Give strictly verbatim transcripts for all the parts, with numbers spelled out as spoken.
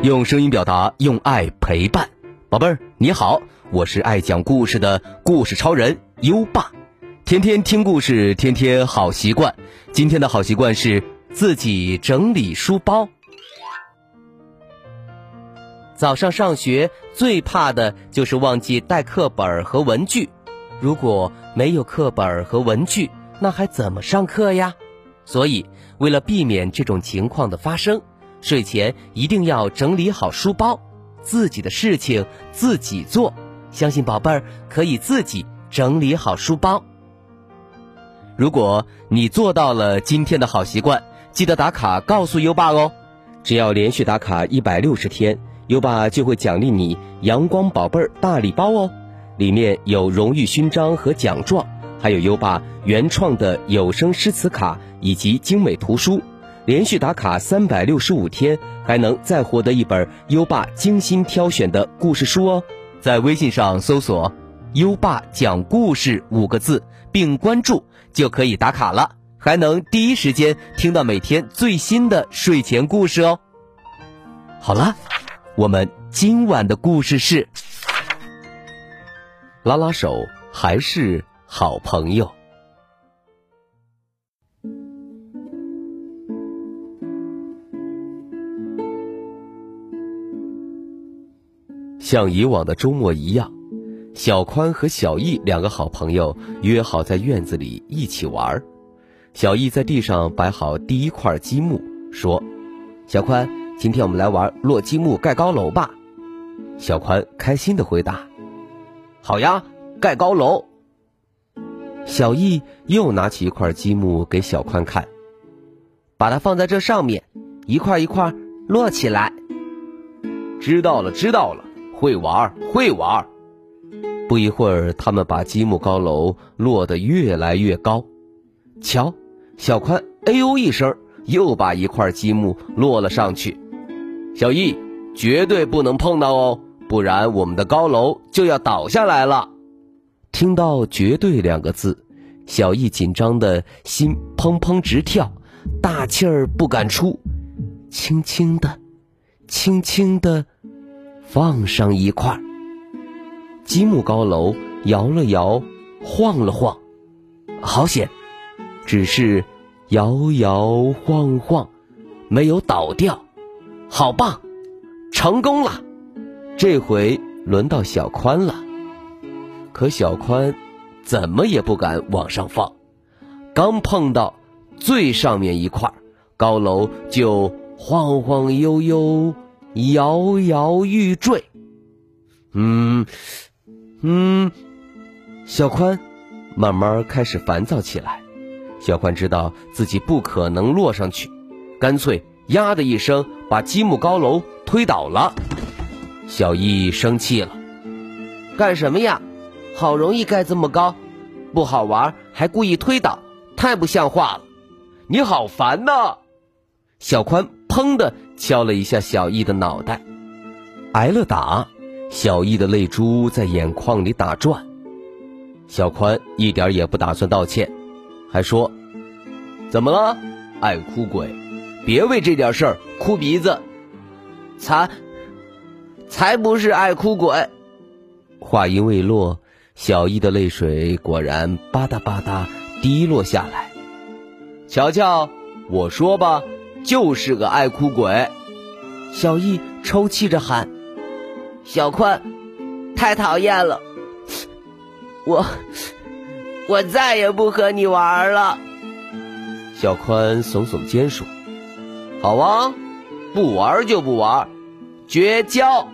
用声音表达，用爱陪伴。宝贝儿，你好，我是爱讲故事的故事超人优爸。天天听故事，天天好习惯。今天的好习惯是自己整理书包。早上上学最怕的就是忘记带课本和文具。如果没有课本和文具，那还怎么上课呀？所以为了避免这种情况的发生，睡前一定要整理好书包，自己的事情自己做。相信宝贝儿可以自己整理好书包。如果你做到了今天的好习惯，记得打卡告诉优爸哦。只要连续打卡一百六十天，优爸就会奖励你阳光宝贝儿大礼包哦。里面有荣誉勋章和奖状，还有优爸原创的有声诗词卡以及精美图书。连续打卡三百六十五天，还能再获得一本优爸精心挑选的故事书哦。在微信上搜索优爸讲故事五个字并关注，就可以打卡了，还能第一时间听到每天最新的睡前故事哦。好了，我们今晚的故事是拉拉手还是好朋友。像以往的周末一样，小宽和小易两个好朋友约好在院子里一起玩。小易在地上摆好第一块积木，说：小宽，今天我们来玩落积木盖高楼吧。小宽开心地回答：好呀，盖高楼。小易又拿起一块积木给小宽看，把它放在这上面，一块一块摞起来。知道了知道了，会玩会玩。不一会儿，他们把积木高楼摞得越来越高。瞧，小宽哎呦一声，又把一块积木摞了上去。小易，绝对不能碰到哦，不然我们的高楼就要倒下来了。听到绝对两个字，小易紧张的心砰砰直跳，大气儿不敢出，轻轻的轻轻的放上一块。积木高楼摇了摇，晃了晃，好险，只是摇摇晃晃，没有倒掉。好棒，成功了。这回轮到小宽了。可小宽怎么也不敢往上放，刚碰到最上面一块，高楼就晃晃悠悠，摇摇欲坠。嗯嗯，小宽慢慢开始烦躁起来。小宽知道自己不可能落上去，干脆呀的一声把积木高楼推倒了。小易生气了：干什么呀？好容易盖这么高，不好玩还故意推倒，太不像话了。你好烦呐！小宽砰的敲了一下小易的脑袋，挨了打，小易的泪珠在眼眶里打转。小宽一点也不打算道歉，还说：怎么了，爱哭鬼，别为这点事儿哭鼻子。才才不是爱哭鬼。话音未落，小易的泪水果然吧嗒吧嗒滴落下来。瞧瞧，我说吧，就是个爱哭鬼。小易抽泣着喊：小宽，太讨厌了，我我再也不和你玩了。小宽耸耸肩说：好啊，不玩就不玩，绝交。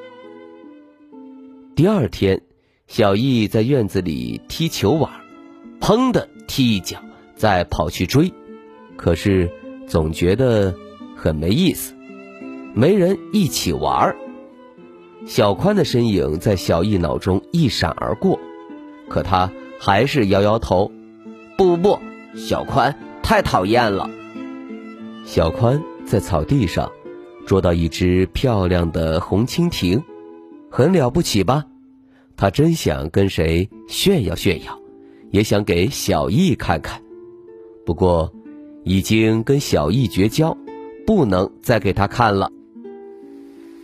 第二天，小易在院子里踢球玩，砰的踢一脚，再跑去追，可是总觉得很没意思，没人一起玩。小宽的身影在小易脑中一闪而过，可他还是摇摇头：不不不，小宽太讨厌了。小宽在草地上捉到一只漂亮的红蜻蜓，很了不起吧？他真想跟谁炫耀炫耀，也想给小易看看。不过已经跟小易绝交，不能再给他看了。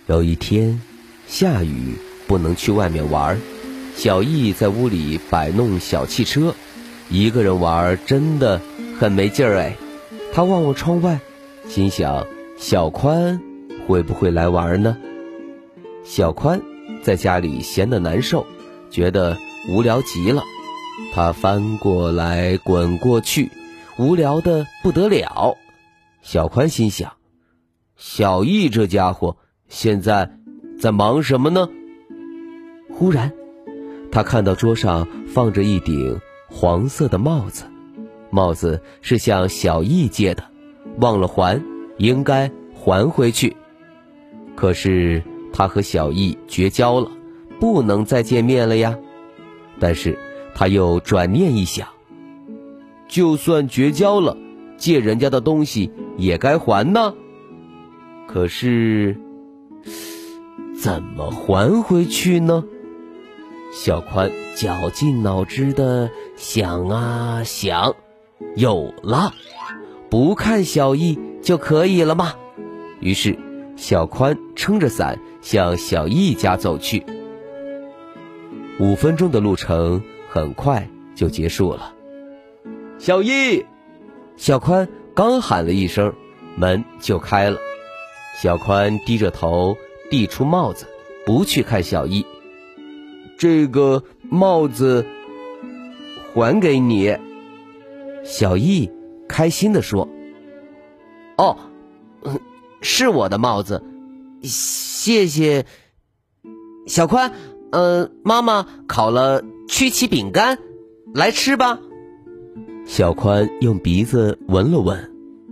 有一天下雨，不能去外面玩，小易在屋里摆弄小汽车，一个人玩真的很没劲儿哎。他望望窗外，心想小宽会不会来玩呢？小宽在家里闲得难受，觉得无聊极了，他翻过来滚过去，无聊得不得了。小宽心想，小易这家伙现在在忙什么呢？忽然他看到桌上放着一顶黄色的帽子，帽子是向小易借的，忘了还，应该还回去。可是他和小易绝交了，不能再见面了呀。但是他又转念一想，就算绝交了，借人家的东西也该还呢。可是怎么还回去呢？小宽绞尽脑汁地想啊想，有了，不看小易就可以了嘛。于是小宽撑着伞向小易家走去。五分钟的路程很快就结束了。小易！小宽刚喊了一声，门就开了。小宽低着头递出帽子，不去看小易。这个帽子还给你。小易开心地说。哦，是我的帽子，谢谢。小宽，呃，妈妈烤了曲奇饼干，来吃吧。小宽用鼻子闻了闻，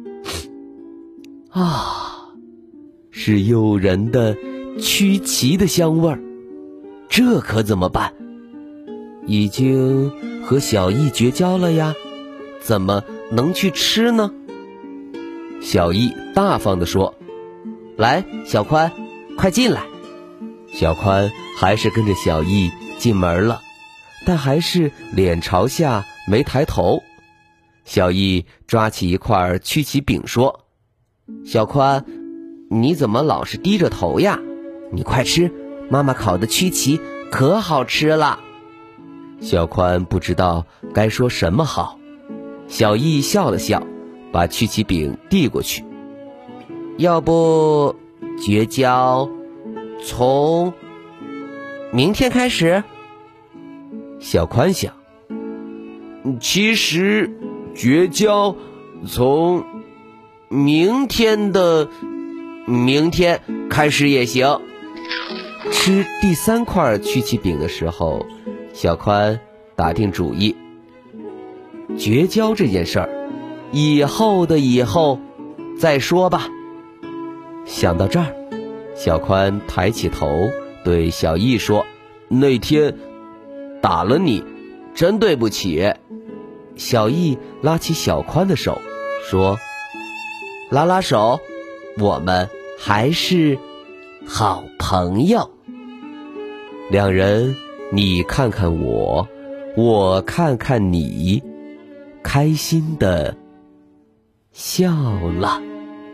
啊，是诱人的曲奇的香味儿。这可怎么办？已经和小易绝交了呀，怎么能去吃呢？小易大方地说，来，小宽，快进来。小宽还是跟着小易进门了，但还是脸朝下没抬头。小易抓起一块曲奇饼说，小宽，你怎么老是低着头呀？你快吃，妈妈烤的曲奇可好吃了。小宽不知道该说什么好。小易笑了笑，把曲奇饼递过去。要不绝交从明天开始？小宽想，其实绝交从明天的明天开始也行。吃第三块曲奇饼的时候，小宽打定主意，绝交这件事儿，以后的以后再说吧。想到这儿，小宽抬起头对小易说，那天打了你，真对不起。小易拉起小宽的手说，拉拉手，我们还是好朋友。两人你看看我，我看看你，开心地笑了。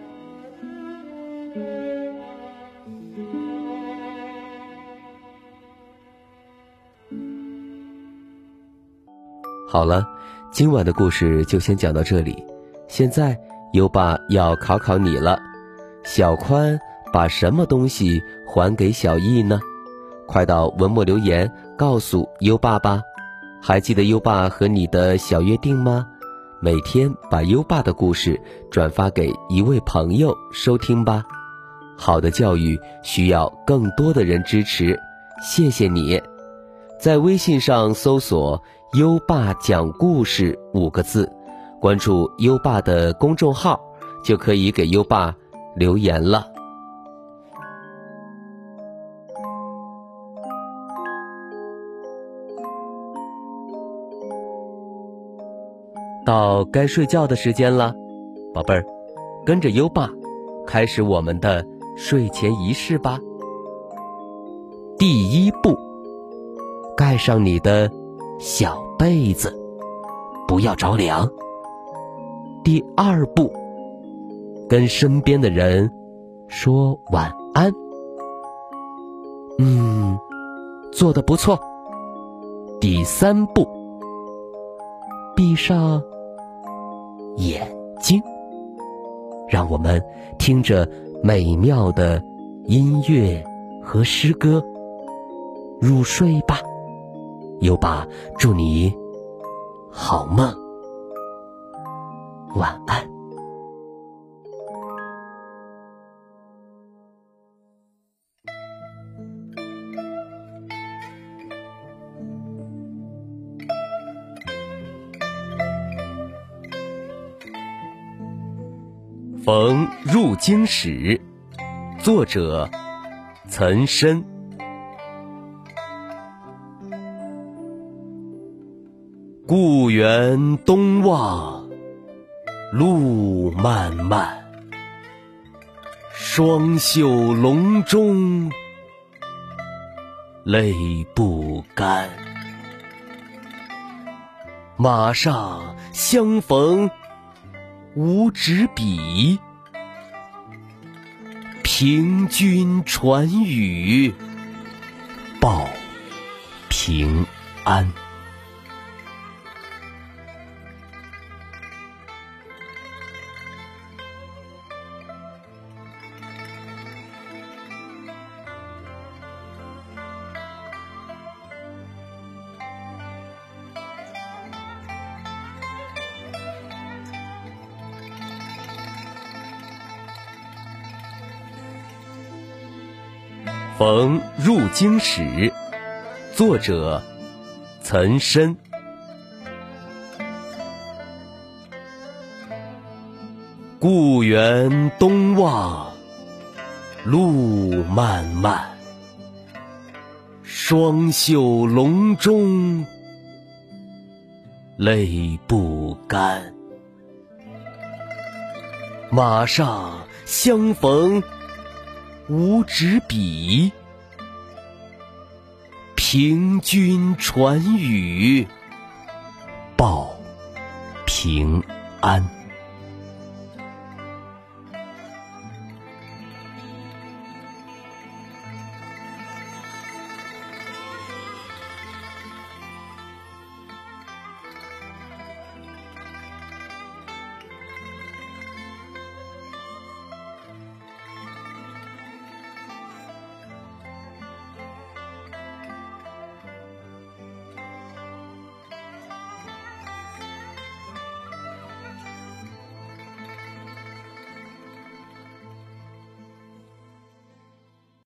好了，今晚的故事就先讲到这里。现在优爸要考考你了，小宽把什么东西还给小易呢？快到文末留言告诉优爸吧。还记得优爸和你的小约定吗？每天把优爸的故事转发给一位朋友收听吧。好的教育需要更多的人支持，谢谢你。在微信上搜索优爸讲故事五个字，关注优爸的公众号，就可以给优爸留言了。到该睡觉的时间了，宝贝儿，跟着优爸开始我们的睡前仪式吧。第一步，盖上你的小被子，不要着凉。第二步，跟身边的人说晚安， 嗯，做得不错。第三步，闭上眼睛，让我们听着美妙的音乐和诗歌入睡吧。优爸祝你好梦，晚安。《逢入京使》作者岑参。故园东望路漫漫，双袖龙钟泪不干。马上相逢无纸笔，凭君传语报平安。《逢入京使》作者岑参。故园东望路漫漫，双袖龙钟泪不干。马上相逢无纸笔，凭君传语报平安。